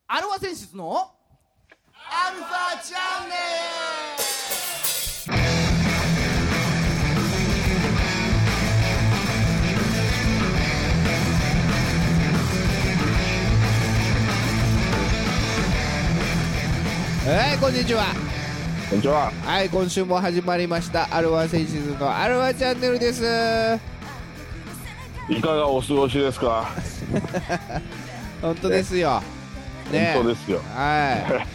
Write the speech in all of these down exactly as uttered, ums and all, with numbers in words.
アルファ選出のアルファチャンネル。はい、こんにちは。 こんにちは。 はい、今週も始まりましたアルファ選出のアルファチャンネルです。 いかがお過ごしですか？ 本当ですよ、ね、 本当ですよ。 はい。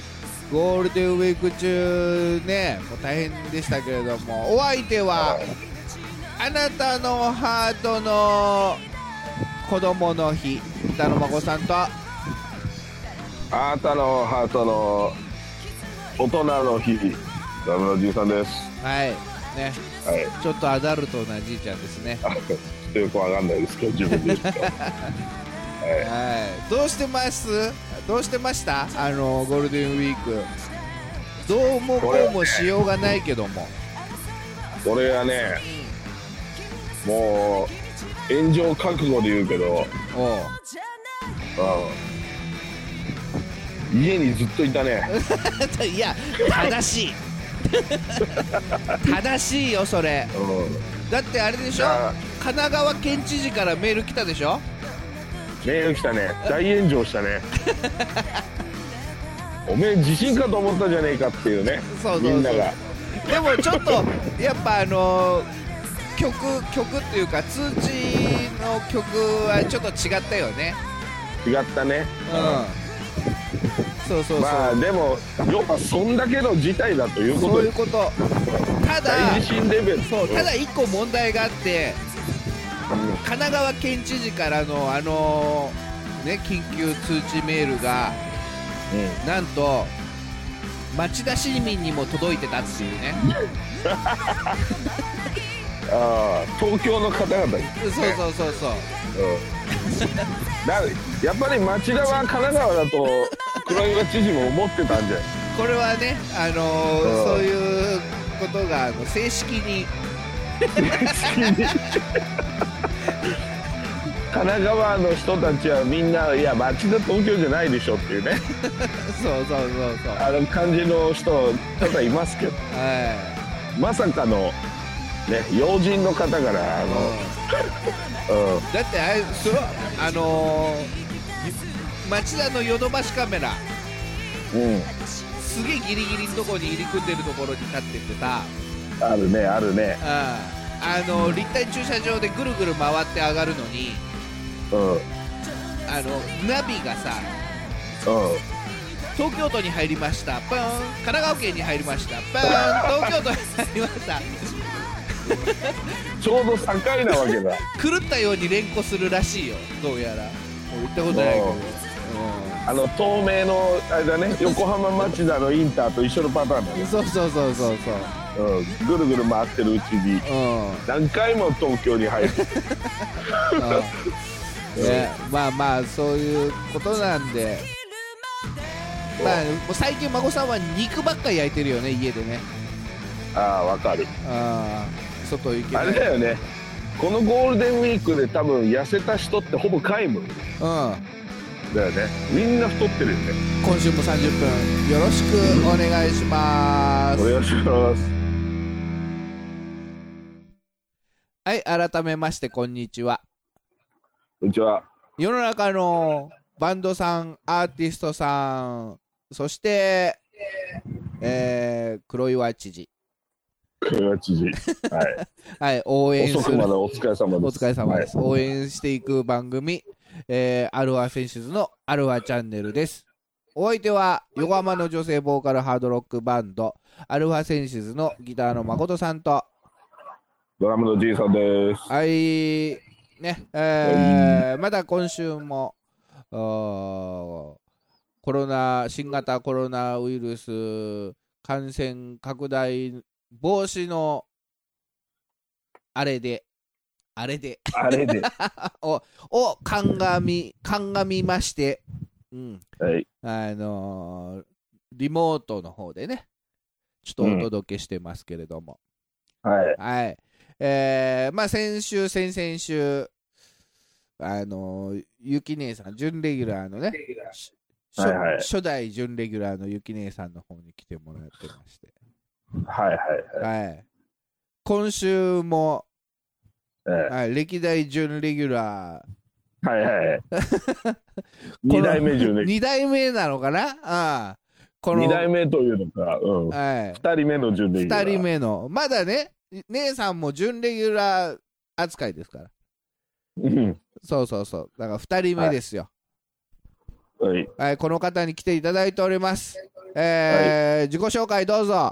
ゴールデンウィーク中ね、もう大変でしたけれども、お相手はあなたのハートの子供の日、北野真子さんと、 あなたのハートの大人の日、ダムのじいさんです。 はいね、 はい、 ちょっとアダルトなじいちゃんですね。 ちょっとよくわかんないですけど、自分で言うと。はいはい、どうしてますどうしてましたあのゴールデンウィーク。どうもこうもしようがないけども、 これがね、もう炎上覚悟で言うけど、 おううん、家にずっといたね。 いや、正しい正しいよそれ、 うん、 だってあれでしょ、神奈川県知事からメール来たでしょ。 メール来たね。大炎上したね。おめえ地震かと思ったじゃねえかっていうね。 そうそうそう、 みんなが。 でもちょっとやっぱあのー、曲曲っていうか通知の曲はちょっと違ったよね。 違ったね。 うん、そうそうそう。 まあでも要はそんだけの事態だということです。 そういうこと。ただ大地震レベル。 そう、ただ一個問題があって、 うん、 神奈川県知事からのあのー、ね、緊急通知メールが、うん、なんと町田市民にも届いてたっていうね。 ああ、東京の方々に、ね、 そうそうそうそう、 うん、だやっぱり町田は神奈川だと黒岩知事も思ってたんじゃない。 これはね、あのー、そういうことがあの正式に神奈川の人たちはみんな、いや町田東京じゃないでしょっていうね。 そうそうそうそう、 あの感じの人ただいますけど、はい、まさかのね、要人の方からあの、 うんうん、だってあれそあのー、町田のヨドバシカメラ、うん、すげえギリギリのところに入り組んでるところに立っててさ、 あるねあるね、 あの立体駐車場でぐるぐる回って上がるのに、うん、あのナビがさ、うん、東京都に入りました、パーン、神奈川県に入りました、パーン、東京都に入りましたちょうど境なわけだ。 狂ったように連呼するらしいよ、どうやら。もう行ったことないけど、うん、 あの東名のあれだね、横浜町田のインターと一緒のパターンだね。 そうそうそうそうそう、 うん、ぐるぐる回ってるうちに、うん、何回も東京に入る、 うんね、まあまあそういうことなんで、まあもう最近孫さんは肉ばっかり焼いてるよね、家でね。 ああ、わかる。 あ、外行けない。 あれだよね、このゴールデンウィークで多分痩せた人ってほぼ皆無、うん、だよね。みんな太ってるよね。 今週もさんじゅっぷんよろしくお願いします。 お願いします。 はい、改めましてこんにちは。 こんにちは。 世の中のバンドさん、アーティストさん、そしてえー、黒岩知事黒岩知事、はい、 はい、応援する、 遅くまでお疲れ様です。 お疲れ様です、はい、応援していく番組、えー、アルファセンシズのアルファチャンネルです。お相手は横浜の女性ボーカルハードロックバンドアルファセンシズのギターの誠さんとドラムのじいさんです。 はいね、えー、はい、まだ今週もコロナ新型コロナウイルス感染拡大防止のあれであれであれでをを鑑み鑑みまして、うん、 はい、 あのー、リモートの方でねちょっとお届けしてますけれども、 うん、はい、 はい、えー、まあ先週先々週あのー、ゆき姉さん準レギュラーのねはいはい、 初代準レギュラーのゆき姉さんの方に来てもらってまして、 はいはいはい、 はい、今週も、 ええ、 はい、歴代準レギュラー、はいはい、に代目準レギュラー、 に代目なのかな、あこのに代目というのか、うん、はい、ふたりめの準レギュラー、 ふたりめの、まだね、姉さんも準レギュラー扱いですから、 うん、 そうそうそう、だからふたりめですよ。 はい、 はい、この方に来ていただいております。えーはい、自己紹介どうぞ。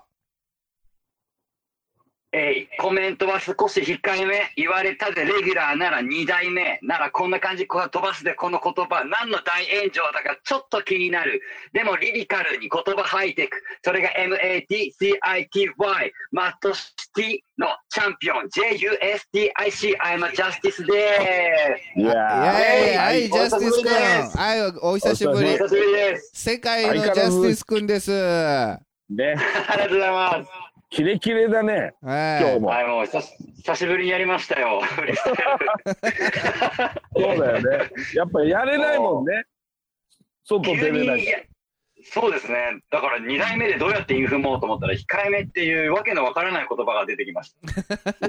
えい、コメントは少し控えめ、言われたでレギュラーならに代目ならこんな感じ、こう飛ばすでこの言葉、何の大炎上だかちょっと気になる。でもリリカルに言葉ハイテク、それが エムエーティーシーアイティーワイ、マットシティのチャンピオン、ジェイユーエスティーアイシー、I'm a Justice でーす。いやー、はい、ジャスティス君、はい、お久しぶり。 お久しぶりです。 世界のジャスティス君です。ね、 ありがとうございます。 キレキレだね、 はい、 今日も。 はい、もう久し、久しぶりにやりましたよ。 そうだよね。やっぱりやれないもんね。外出れない。 そうですね。だからに代目でどうやってインフもうと思ったら、控えめっていうわけのわからない言葉が出てきました。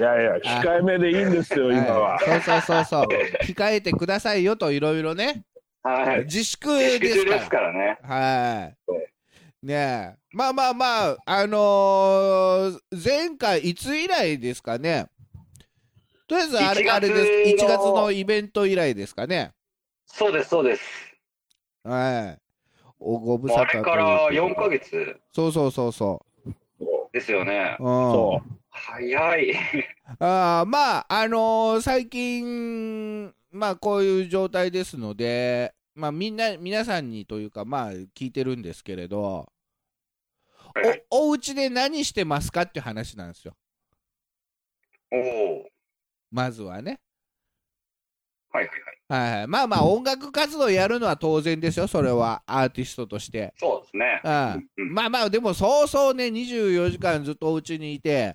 いやいや、控えめでいいんですよ、今は。 そうそうそうそう。控えてくださいよといろいろね。 はい。 自粛ですから。自粛ですからね。 はい。ねえ、まあまあまあ、あのー、前回いつ以来ですかね。とりあえずあれあれです、いちがつのイベント以来ですかね。 そうですそうです。 はい。おご無沙汰。 あれからよんかげつ。 そうそうそうそう。 ですよね。 うん、 そう。早い。 あまああのー、最近まあこういう状態ですので。まあ、みんな皆さんにというかまあ聞いてるんですけれど、おお家で何してますかっていう話なんですよ。 おまずはね。 はいはいはい。 はいはい、まあまあ音楽活動やるのは当然ですよ、それはアーティストとして。 そうですね。 うん、まあまあでもそうそうねにじゅうよじかんずっとお家にいて、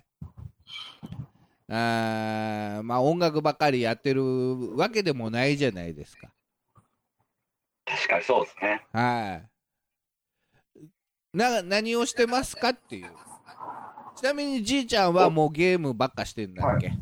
あまあ音楽ばっかりやってるわけでもないじゃないですか。 確かにそうですね。 はい。な何をしてますかっていう。ちなみにじいちゃんはもうゲームばっかしてんだっけ？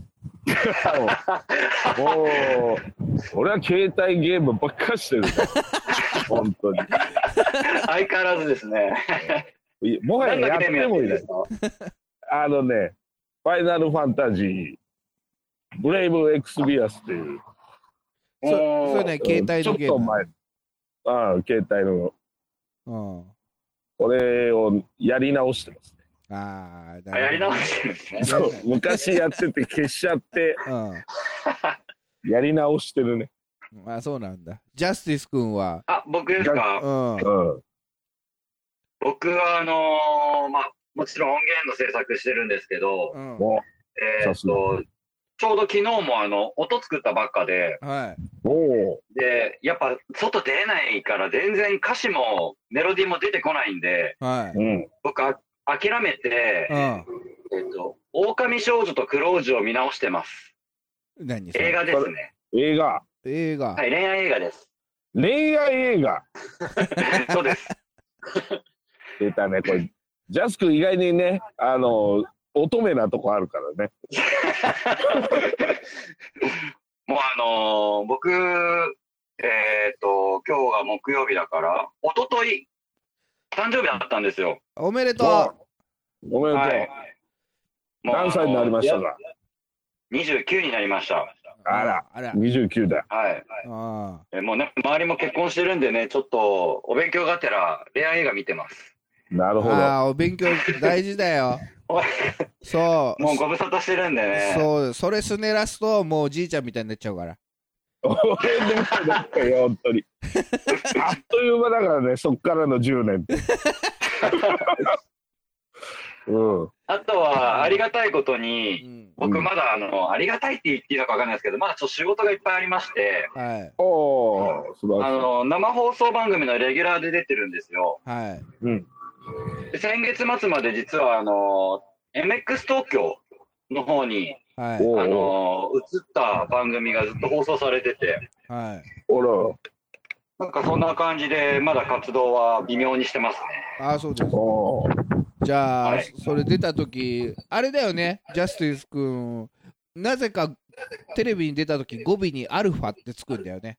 もう俺は携帯ゲームばっかしてる本当に。 相変わらずですね。 もはややってもいいです。あのね、ファイナルファンタジー、ブレイブエクスビアスっていう。 そそれね、携帯のゲーム。 ちょっと前。ああ、携帯の。 うん。 これをやり直してますね。 ああ、やり直してるんですね。 そう、昔やってて消しちゃって、うん、やり直してるね。 あ、そうなんだ。ジャスティス君は。 あ、僕ですか。 うん。 うん、 僕はあのー、まあもちろん音源の制作してるんですけど、うん、えー、っと。ちょうど昨日もあの音作ったばっかで、 はい、 おでやっぱ外出れないから全然歌詞もメロディーも出てこないんで、 はい、 僕あ諦めて、うん、えっと狼少女とクロージュを見直してます。 何映画ですね。 映画映画はい、恋愛映画です。 恋愛映画そうです。 出たねこれ。ジャスク意外にねあの乙女なとこあるからね。 もうあのー、僕えっ、ー、と今日が木曜日だから一昨日誕生日だったんですよ。 おめでとう。 おめでとう、はい、何歳になりましたか？ にじゅうきゅうになりました。 あら、あらにじゅうきゅうだ。 はい。あえもうね周りも結婚してるんでねちょっとお勉強がてら恋愛映画見てます。 なるほど。 ああ、お勉強大事だよ。そう。 もうご無沙汰してるんでね。 そう、それすねらすと、もうじいちゃんみたいになっちゃうから。 俺でもだったよ、本当に。あっという間だからね、そっからのじゅうねんって。うん。 あとは、ありがたいことに、うん、僕まだ、あの、ありがたいって言っていいのかわかんないですけど、まだちょっと仕事がいっぱいありまして、 はい。 おー、素晴らしい。 あの、生放送番組のレギュラーで出てるんですよ。 はい。 うん。 で先月末まで実はあの エムエックス 東京の方に、 はい、 あの映った番組がずっと放送されてて、 はい、 おらなんかそんな感じで、まだ活動は微妙にしてますね。 ああ、そうです。じゃあ、はい、それ出たとき、あれだよね、ジャスティス君、なぜかテレビに出たとき、語尾にアルファってつくんだよね。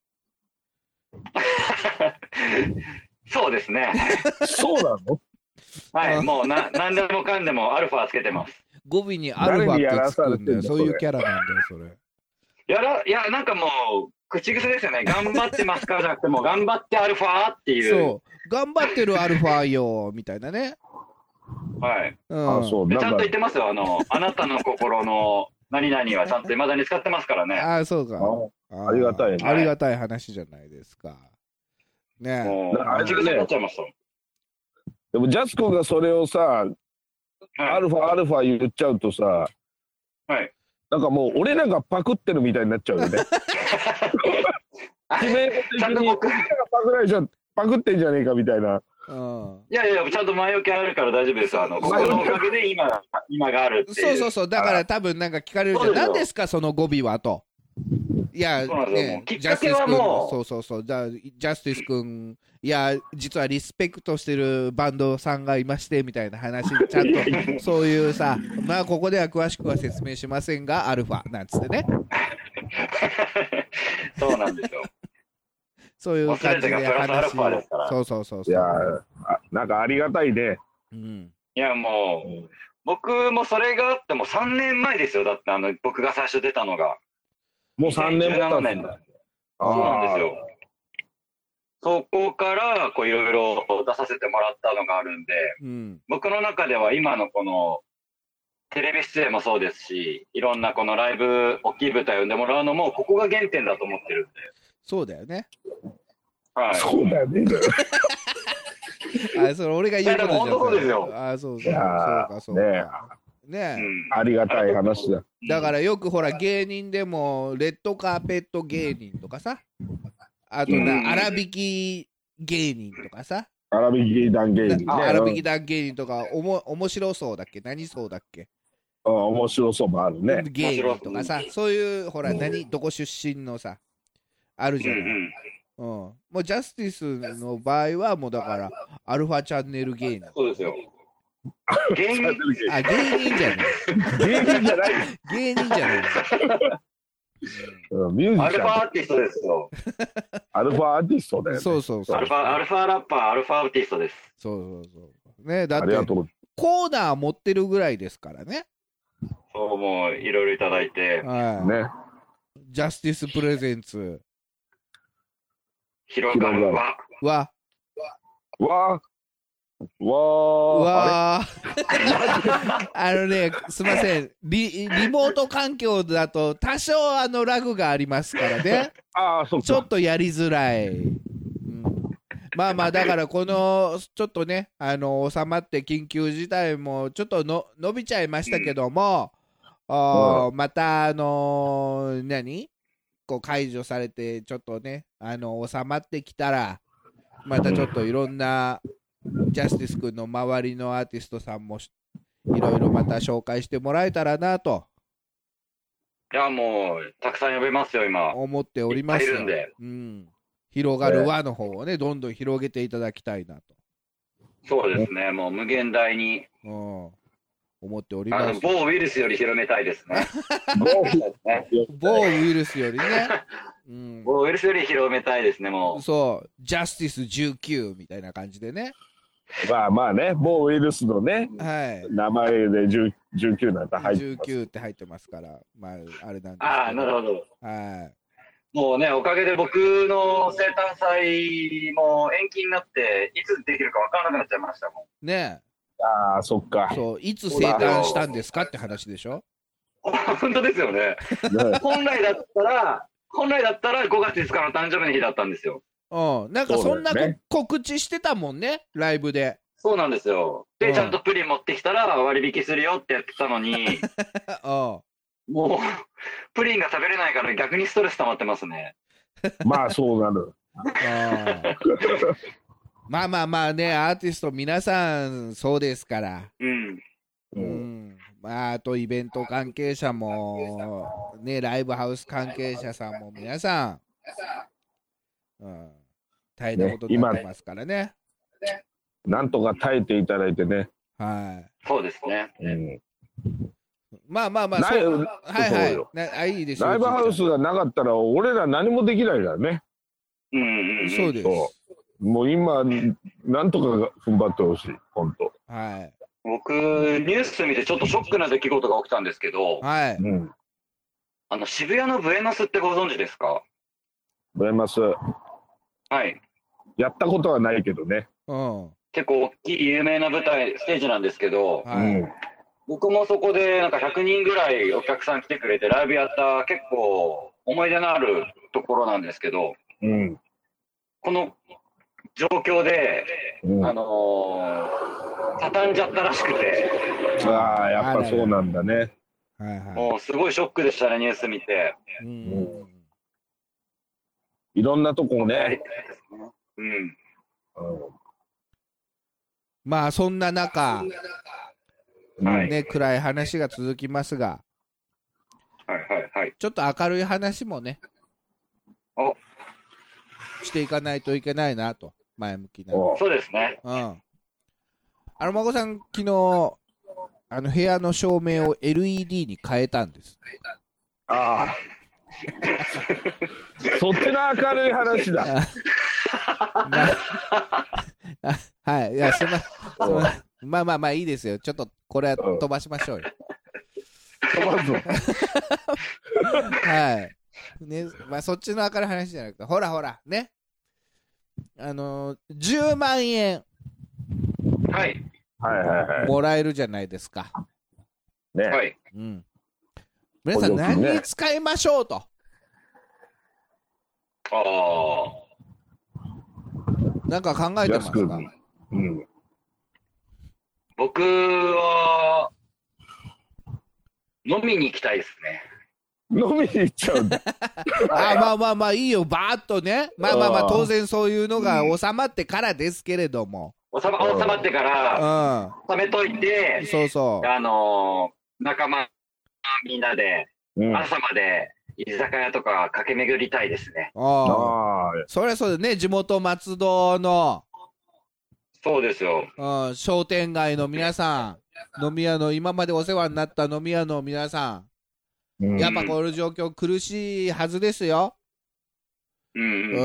そうですね。 そうなの？ はい、もうな何でもかんでもアルファつけてます。 語尾にアルファってつくんだよ。そういうキャラなんだよ、それ。 やら、いや、なんかもう、口癖ですよね。頑張ってますからじゃなくて、もう頑張ってアルファっていう。 そう。頑張ってるアルファよ、みたいなね。 はい。うん、あそうちゃんと言ってますよ。あの、あなたの心の何々はちゃんといまだに使ってますからね。 ああ、そうか。 あ, ありがたいね。 ありがたい話じゃないですか。ねえ。あ口癖になっちゃいました。 でも、ジャスコがそれをさ、はい、アルファ、アルファ言っちゃうとさ、 はい。 なんかもう、俺らがパクってるみたいになっちゃうよね。指名的に、俺らがパクられちゃう、パクってんじゃねえかみたいな。 うん、いやいや、ちゃんと前置きあるから大丈夫です。あの、ここのおかげで今、今があるっていう。 そうそうそう、だから多分なんか聞かれるじゃん。何ですか、その語尾はと。いや、ね、 きっかけはもう。 そうそうそう、ジャスティス君、いや、実はリスペクトしてるバンドさんがいまして、みたいな話、ちゃんと、そういうさ、まあ、ここでは詳しくは説明しませんが、アルファ、なんつってね。 そうなんですよ。 そういう感じで話を。そうそうそうそう。 いや、なんかありがたいね。 うん。いや、もう、うん、僕もそれがあってもさんねんまえですよ。だって、あの、僕が最初出たのが。 もうさんねんも経ったんだ。そうなんですよ。そこから、こう、いろいろ出させてもらったのがあるんで、うん、僕の中では今のこの、テレビ出演もそうですし、いろんなこのライブ、大きい舞台を呼んでもらうのも、ここが原点だと思ってるんで。 そうだよね。 はい。そうだよね。 あ、それ俺が言うことじゃん。 本当そうですよ。 あ、そうそう。そうか、そうか。ねえ。ね、うん、ありがたい話だ。 だからよくほら、芸人でも、レッドカーペット芸人とかさ、あとな、荒引き芸人とかさ。 荒引き団芸人、ね。 荒引き団芸人とか、おも、面白そうだっけ？何そうだっけ？ あ、面白そうもあるね。 芸人とかさ、そういう、ほら、何、どこ出身のさ、あるじゃない。うん。もうジャスティスの場合は、もうだから、アルファチャンネル芸人。 そうですよ。芸人あ、芸人じゃない。 芸人じゃない。 芸人じゃない。 ミュージシャン。 アルファアーティストですよ。 アルファアーティストだよね。 そうそうそう。 アルファ、アルファラッパー、アルファアーティストです。 そうそうそう。ね、だって、コーナー持ってるぐらいですからね。 そう、もう、いろいろいただいて。 はい。ね。 ジャスティスプレゼンツ。 広がるわ。 わ。 わ。わわああのね、すみませんリ、リモート環境だと多少あのラグがありますからね。 あ、そうか。 ちょっとやりづらい。うん、まあまあ、だからこのちょっとね、あの収まって緊急事態もちょっとの伸びちゃいましたけども、うん、あまたあのー、何こう解除されてちょっとね、あの収まってきたらまたちょっといろんなジャスティス君の周りのアーティストさんもいろいろまた紹介してもらえたらなと。 いや、もうたくさん呼べますよ今。 思っておりますよ。うん、広がる輪の方をね、どんどん広げていただきたいなと。 そうですね、もう無限大に、うん、 思っております。 某ウイルスより広めたいですね。 某ウイルスよりね。 うん、某ウイルスより広めたいですね、もう。 そう、ジャスティスじゅうきゅうみたいな感じでね。 まあまあね、某ウイルスのね、 はい、 名前でじゅうきゅうなんて入ってます。 じゅうきゅうって入ってますから、まあ、あれなんですけど。 ああ、なるほど。 はい。 もうね、おかげで僕の生誕祭も延期になって、いつできるか分からなくなっちゃいましたもん。 ねえ。ああ、そっか。 そう、いつ生誕したんですかって話でしょ。 本当ですよね。本来だったら、本来だったらごがついつかの誕生日の日だったんですよ。 うん、なんかそんな、ね、告知してたもんね、ライブで。 そうなんですよ。で、うん、ちゃんとプリン持ってきたら割引するよってやってたのに、もう、プリンが食べれないから逆にストレス溜まってますね。 まあ、そうなる。 まあまあまあね、アーティスト皆さんそうですから。 うん。 うん。まあ、あとイベント関係者も、ね、ライブハウス関係者さんも皆さん、うん、 大変なことになってますからね。 ねなんとか耐えていただいてね。 はい。 そうですね。 うん、 まあまあまあ、そう、はいはい。なあ、いいですよ。 ライブハウスがなかったら、俺ら何もできないからね。 うんうんうん。 そうです。 もう今、なんとか踏ん張ってほしい、本当。 はい。 僕、ニュース見てちょっとショックな出来事が起きたんですけど、 はい。 うん、 あの、渋谷のブエマスってご存知ですか？ ブエマス。 はい。 やったことはないけどね。 うん。 結構大きい有名な舞台、ステージなんですけど、 はい、 僕もそこでなんかひゃくにんぐらいお客さん来てくれてライブやった結構思い出のあるところなんですけど、 うん、この状況で、うん、あのー、畳んじゃったらしくて。 ああ、やっぱそうなんだね。 はいはい、 もうすごいショックでしたね、ニュース見て。 うん、 いろんなとこね。 うん。うんまあそんな中、 はい、 ね、暗い話が続きますが、 はいはいはい、 ちょっと明るい話もね、していかないといけないなと、前向きな。 そうですね。 うん。あの孫さん、昨日あの部屋の照明を エルイーディー に変えたんです。 ああ。そっちの明るい話だ。 はい、いや、そんな、そんな、まあまあまあいいですよ。ちょっとこれは飛ばしましょうよ。 飛ばすぞ。 はい。ね、まあそっちの明るい話じゃなくて、ほらほら、ね。あのー、じゅうまんえん。 はい。 はいはいはい。 もらえるじゃないですか。 ね。 はい。 うん。皆さん何に使いましょうと。 ああ。 なんか考えてますか？ うん、 僕は飲みに行きたいですね。 飲みに行っちゃうんだ。 あ、まあまあまあいいよ、バーっとね。まあまあまあ当然そういうのが収まってからですけれども。 うん、収ま、収まってから、うん、貯めといて、 そうそう。 あのー、仲間みんなで、うん、朝まで居酒屋とか駆け巡りたいですね。 ああ、そりゃそうだね、地元松戸の。 そうですよ。 うん、商店街の皆さん、飲み屋の今までお世話になった飲み屋の皆さん、うん、やっぱこの状況苦しいはずですよ。 うん、うんうん、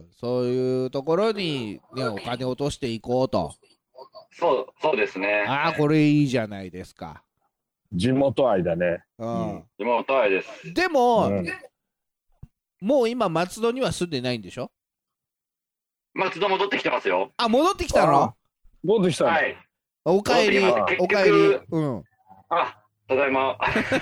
そういうところに、ね、お金を落としていこうと。 そう、そうですね。 ああ、これいいじゃないですか。 地元愛だね。 うん、 地元愛です。 でも、うん、もう今松戸には住んでないんでしょ？ 松戸戻ってきてますよ。 あ、戻ってきたの？ 戻ってきたの。 はい。 おかえり、おかえり。うん。 あ、ただいま。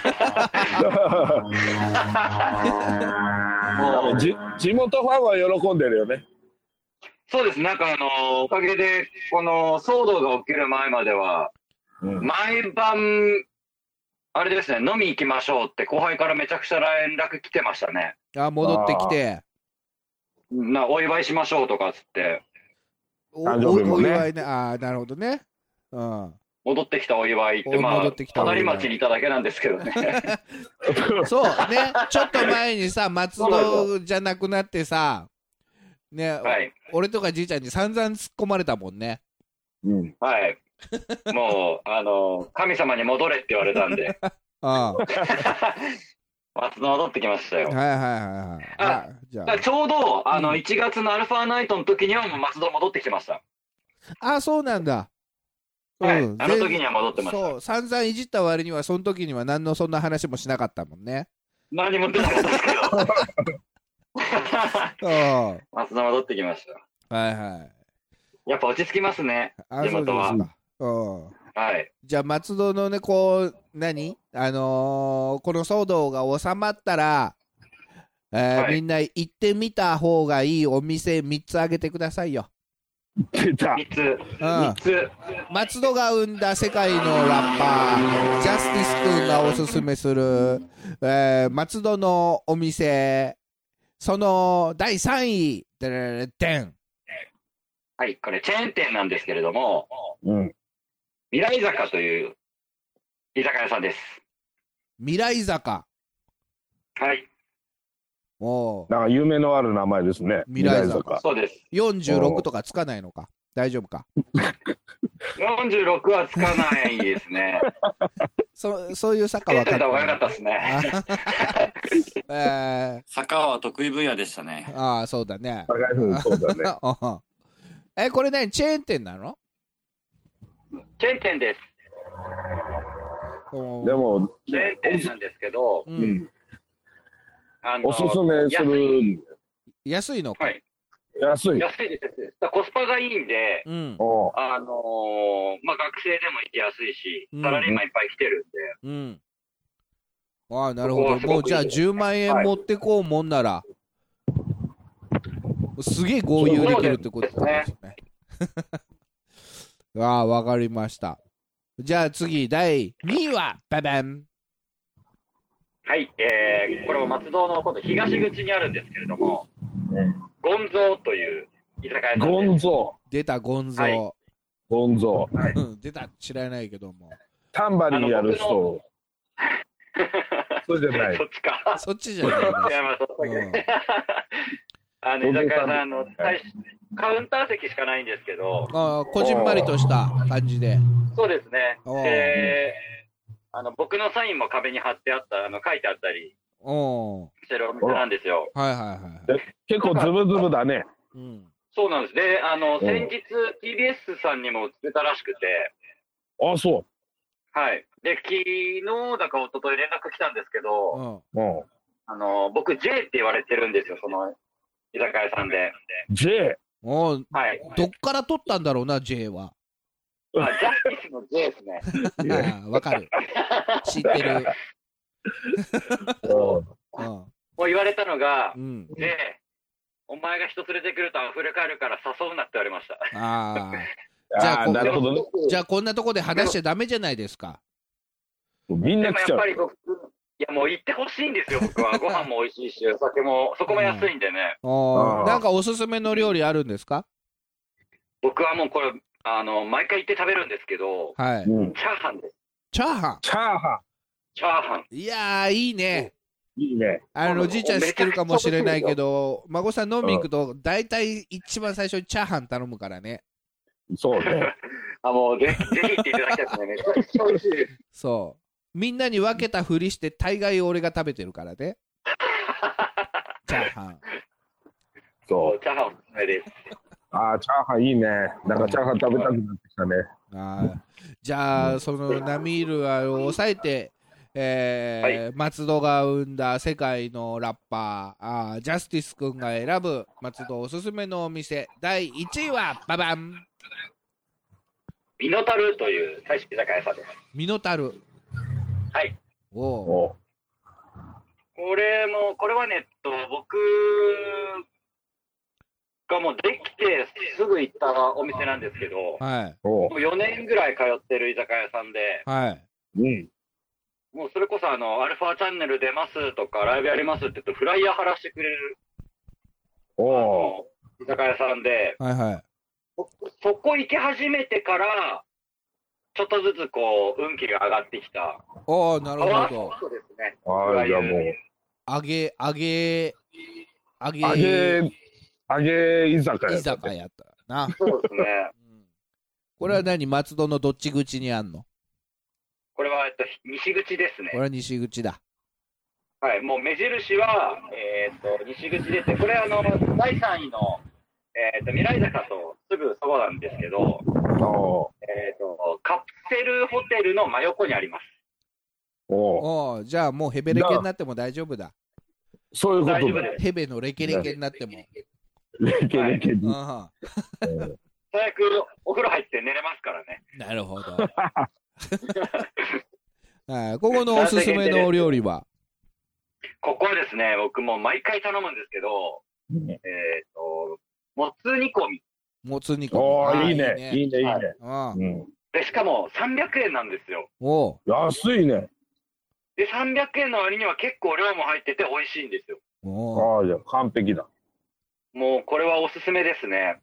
もうじ地元ファンは喜んでるよね。 そうです。なんかあのおかげでこの騒動が起きる前までは、うん、毎晩あれですね、飲み行きましょうって後輩からめちゃくちゃ連絡来てましたね。 あ、戻ってきて。 なお祝いしましょうとかっつって。 誕生日もね。 お祝いね。ああ、なるほどね。うん。 戻ってきたお祝いって、まあ、隣町にいただけなんですけどね。 そうね、ちょっと前にさ、松戸じゃなくなってさ、ね、はい、俺とかじいちゃんに散々突っ込まれたもんね。 うん、 はい。もう、あの、神様に戻れって言われたんで。ああ。松戸戻ってきましたよ。 はいはいはいはい。 あ、じゃあちょうど、あの、うん、いちがつのアルファナイトの時にはもう松戸戻ってきてました。 あ、そうなんだ。 はい、うん、あの時には戻ってました。 そう、散々いじった割には、その時には何のそんな話もしなかったもんね。 何も出なかったですけど。松戸戻ってきました。 はいはい。 やっぱ落ち着きますね、地元は。はい。 じゃあ、松戸のね、こう、何あのー、この騒動が収まったら、えーはい、みんな行ってみた方がいいお店みっつあげてくださいよ。 出た。 みっつ。うん、みっつ。 松戸が生んだ世界のラッパー、ジャスティス君がおすすめする、えー、松戸のお店、そのだいさんい、でれでん。 はい、これチェーン店なんですけれども、 うん、 未来坂という居酒屋さんです。 未来坂。 はい。 おなんか夢のある名前ですね。 未来坂。そうです。 よんじゅうろくとかつかないのか。大丈夫か。 よんじゅうろくはつかないですね。 そそういう坂は書いた方が良かったですね。 えー、 坂は得意分野でしたね。 ああ、そうだね。 そうだね。 え、これね、チェーン店なの？ チェーン店です。 でも、 チェーン店なんですけど、 うん、 あのおすすめする。 安いのか。はい。 安い。 安いです。コスパがいいんで、うん、あのー、まあ、学生でも行きやすいし、サラリーマンいっぱい来てるんで。うん。 うん、ああ、なるほど。もうじゃあじゅうまんえん持ってこうもんなら、はい、すげえ豪遊できるってことですね。ああ、わかりました。じゃあ次、だいにいは、ババン。 はい、えー、これも松戸の今度東口にあるんですけれども、ゴンゾーという居酒屋さんです。 ゴンゾー。出た、ゴンゾー。はい、 ゴンゾー。 はい、 出た、知らないけども。 タンバリンやる人。そうじゃない。 そっちか。 そっちじゃない。いや、まあ、そっち、うん、 あの、居酒屋さんの、カウンター席しかないんですけど。 あ、こじんまりとした感じで。 そうですね。で、あの、僕のサインも壁に貼ってあった、あの、書いてあったりしてるお店なんですよ。 はいはいはい。 結構ズブズブだね。 うん。そうなんです。で、あの、先日 ティービーエス さんにも映ったらしくて。 あ、そう。 はい。で、昨日だか一昨日連絡来たんですけど、うん、あの、僕 J って言われてるんですよ、その居酒屋さんで。 J？ おはい。 どっから取ったんだろうな、J は。 あ、ジャスティスの J ですね。わかる。知ってる。 もう言われたのが、うん、J、お前が人連れてくると溢れ返るから誘うなって言われました。 ああ。じゃあ、なるほどね。じゃあこんなとこで話しちゃダメじゃないですか。 みんな来ちゃう。 でもやっぱり僕、いやもう行ってほしいんですよ、僕は。ご飯も美味しいし、お酒も、そこも安いんでね。 うん、なんかおすすめの料理あるんですか？ 僕はもうこれ、あの、毎回行って食べるんですけど、はい。チャーハンです。 チャーハン？ チャーハン。 チャーハン。 いやー、いいね。 いいね。 あの、じいちゃん知ってるかもしれないけど、孫さん飲み行くと、大体一番最初にチャーハン頼むからね。 そうね。 あ、もうぜひ、ぜひ行っていただきたいですね。めちゃくちゃ美味しいです。 そう。みんなに分けたふりして、大概俺が食べてるからね。チャーハン。 そう、チャーハンおすすめです。 ああ、チャーハンいいね。なんかチャーハン食べたくなってきたね。 あじゃあ、うん、そのナミールを抑えて、えーはい、松戸が生んだ世界のラッパー、あジャスティス君が選ぶ松戸おすすめのお店、だいいちいは、ババン。 ミノタルという大好き居酒屋さんです。 ミノタル。 はい。 おお。 これも、これはね、と僕がもうできてすぐ行ったお店なんですけど、はい、もうよねんぐらい通ってる居酒屋さんで、はい。うん。もうそれこそあの、アルファチャンネル出ますとか、ライブやりますって言ってフライヤー貼らせてくれる、お居酒屋さんで、はいはい。そ, そこ行き始めてから、ちょっとずつこう、運気が上がってきた。 おー、なるほど。 そうですね。 ああ、じゃあもう。 揚げ、揚げ、揚げ、 揚げ、揚げ居酒屋。 居酒屋やったな。 そうですね。うん、 これは何、松戸のどっち口にあんの？ これは、えっと、西口ですね。 これは西口だ。 はい、もう目印は、えー、っと、西口ですね。これあの、だいさんいの、えー、っと、未来坂とすぐそばなんですけど、えー、っと、カプセルホテルの真横にあります。 おお、じゃあもうヘベレケになっても大丈夫だ。 そういうことだ。 ヘベのレケレケになっても。 レケレケに。 はい、最悪お風呂入って寝れますからね。 なるほど。はい、ここのおすすめのお料理は？ ここはですね、僕も毎回頼むんですけど、うん、えっ、ー、と、もつ煮込み。 もつ煮込み。 おー、いいね。いいね、いいね。 はい、うん、で、しかもさんびゃくえんなんですよ。 お安いね。 で、さんびゃくえんの割には結構量も入ってて美味しいんですよ。 ああ、じゃあ完璧だ。 もうこれはおすすめですね。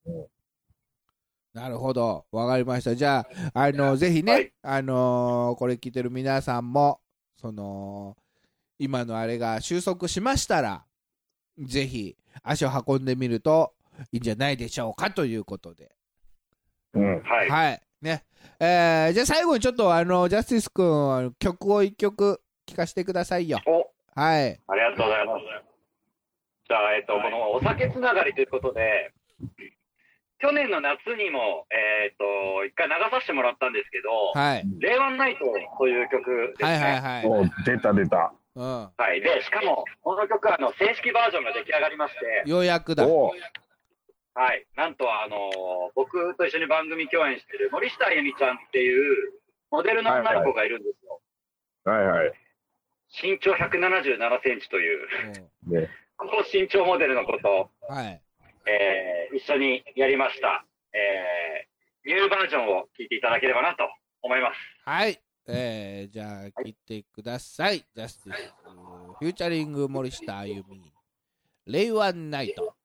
なるほど、わかりました。じゃあ、あのぜひね、はい、あのー、これ聞いてる皆さんも、その今のあれが収束しましたら、 ぜひ足を運んでみるといいんじゃないでしょうかということで、 うん、 はい、 はい、ね、えー、じゃあ最後にちょっとあのジャスティス君曲を一曲聴かせてくださいよ。 お、 はい、 ありがとうございます。じゃあ、えっと、このお酒つながりということで、去年の夏にも、えっと、一回流させてもらったんですけど、 はい、 令和ナイトという曲ですね。 はいはいはい。 出た出た。 うん、 はい。で、しかも、この曲はあの正式バージョンが出来上がりまして、 ようやくだ。 はい。なんと、あのー、僕と一緒に番組共演している森下あゆみちゃんっていうモデルの女の子がいるんですよ。 はいはい。 身長ひゃくななじゅうななセンチという、うんね、高身長モデルの子と、 はい、 えー、一緒にやりました。えー、ニューバージョンを聴いていただければなと思います。 はい。えー、じゃあ聴いてください。ジャスティスフューチャリング森下あゆみ、令和ナイト。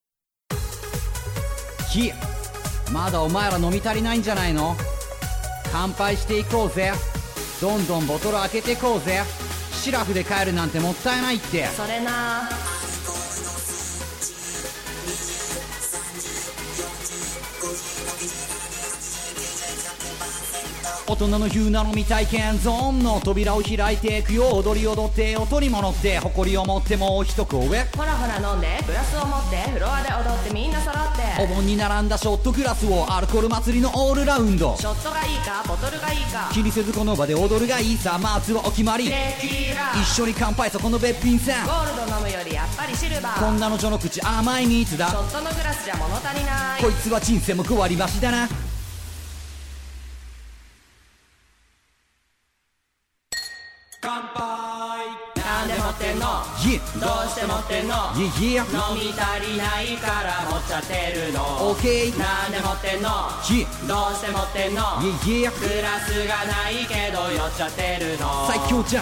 ひ、まだお前ら飲み足りないんじゃないの？乾杯していこうぜ。どんどんボトル開けていこうぜ。シラフで帰るなんてもったいないって。 それな。 大人の言うなの未体験ゾーンの扉を開いていくよ。踊り踊って音にも乗って誇りを持ってもう一声。 ほらほら飲んでグラスを持ってフロアで踊ってみんな揃って。 お盆に並んだショットグラスをアルコール祭りのオールラウンド。 ショットがいいかボトルがいいか気にせずこの場で踊るがいいさ。まずはお決まり。 テキーラ一緒に乾杯そこのべっぴんさん。 ゴールド飲むよりやっぱりシルバー。 こんなの女の口甘い蜜だ。 ショットのグラスじゃ物足りない。 こいつは人生もご割増しだな。乾杯。 なんで持ってんの、 yeah. どうして持ってんの、 yeah, yeah. 飲み足りないから持っちゃってるの、 OK。 なんで持ってんの、 yeah. どうして持ってんの、 yeah, yeah. グラスがないけど酔っちゃってるの。 最強じゃん。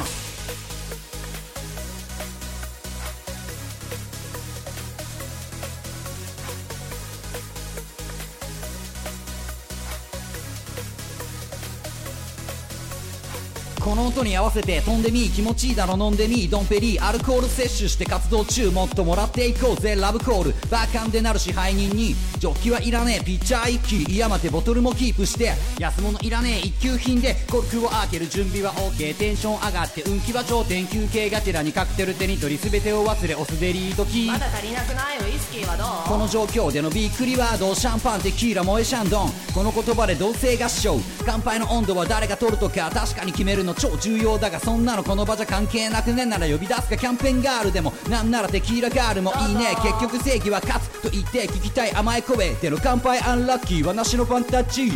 この音に合わせて飛んでみ、気持ちいいだろ飲んでみ、ドンペリアルコール摂取して活動中、もっともらっていこうぜラブコール。バカンでなる支配人にジョッキはいらねえ、ピッチャー一気いやまてボトルもキープして、安物いらねえ一級品でコルクを開ける準備は OK。 テンション上がって運気は頂点、休憩がてらにカクテル手に取り全てを忘れおすでり時。 まだ足りなくないウイスキーはどう。 この状況でのびっくりワード、シャンパンテキーラ萌えシャンドン、この言葉で同性合唱。乾杯の温度は誰が取るとか確かに決めるの超重要だが、そんなのこの場じゃ関係なくね。なら呼び出すかキャンペーンガールでも、なんならテキーラガールもいいね。結局正義は勝つと言って聞きたい甘い声での乾杯アンラッキーはなしのファンタジー。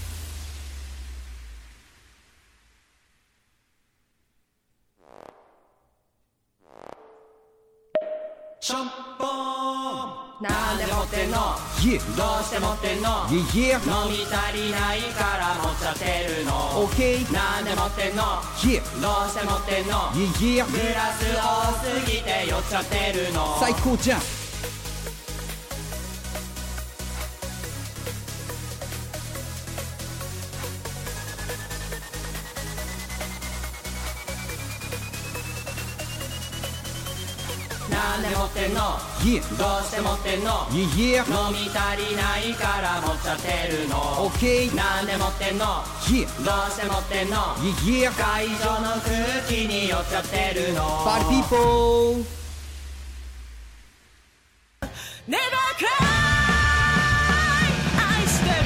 シャンパンなんで持ってんの、 yeah. どうして持ってんの、 yeah, yeah. 飲み足りないから持っちゃってるの、 OK。 なんで持ってんの、 yeah. どうして持ってんの、 yeah, yeah. グラス多すぎて酔っちゃってるの。 最高じゃん。 なんで持ってんの、 yeah. どうして持ってんの、 yeah, yeah. 飲み足りないから持っちゃってるの、 OK。 なんで持ってんの、 yeah. どうして持ってんの、 yeah, yeah. 会場の空気に酔っちゃってるの。 パーティーピーポー Never cry 愛してる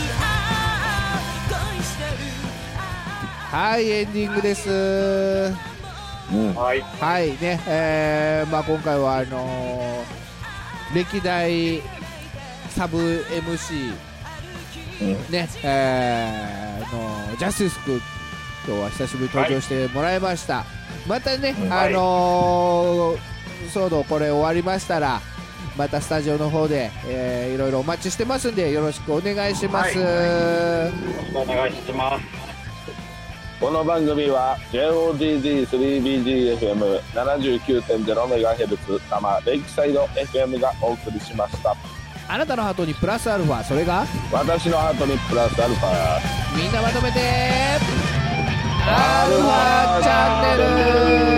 恋してる。 はい、エンディングです。 うん、 はい、 はいね、えーまあ、今回はあのー、歴代サブ エムシー、うんねえー、のジャスティス君今日は久しぶりに登場してもらいました、はい、またね、あのー、騒動これ終わりましたらまたスタジオの方で、えー、いろいろお待ちしてますんでよろしくお願いします、はい、 よろしくお願いします。 この番組は ジェイオージージースリービージーエフエムななじゅうきゅうてんゼロメガヘルツ 多摩レイクサイド エフエム がお送りしました。 あなたのハートにプラスアルファ、それが私のハートにプラスアルファ、 みんなまとめてアルファチャンネル。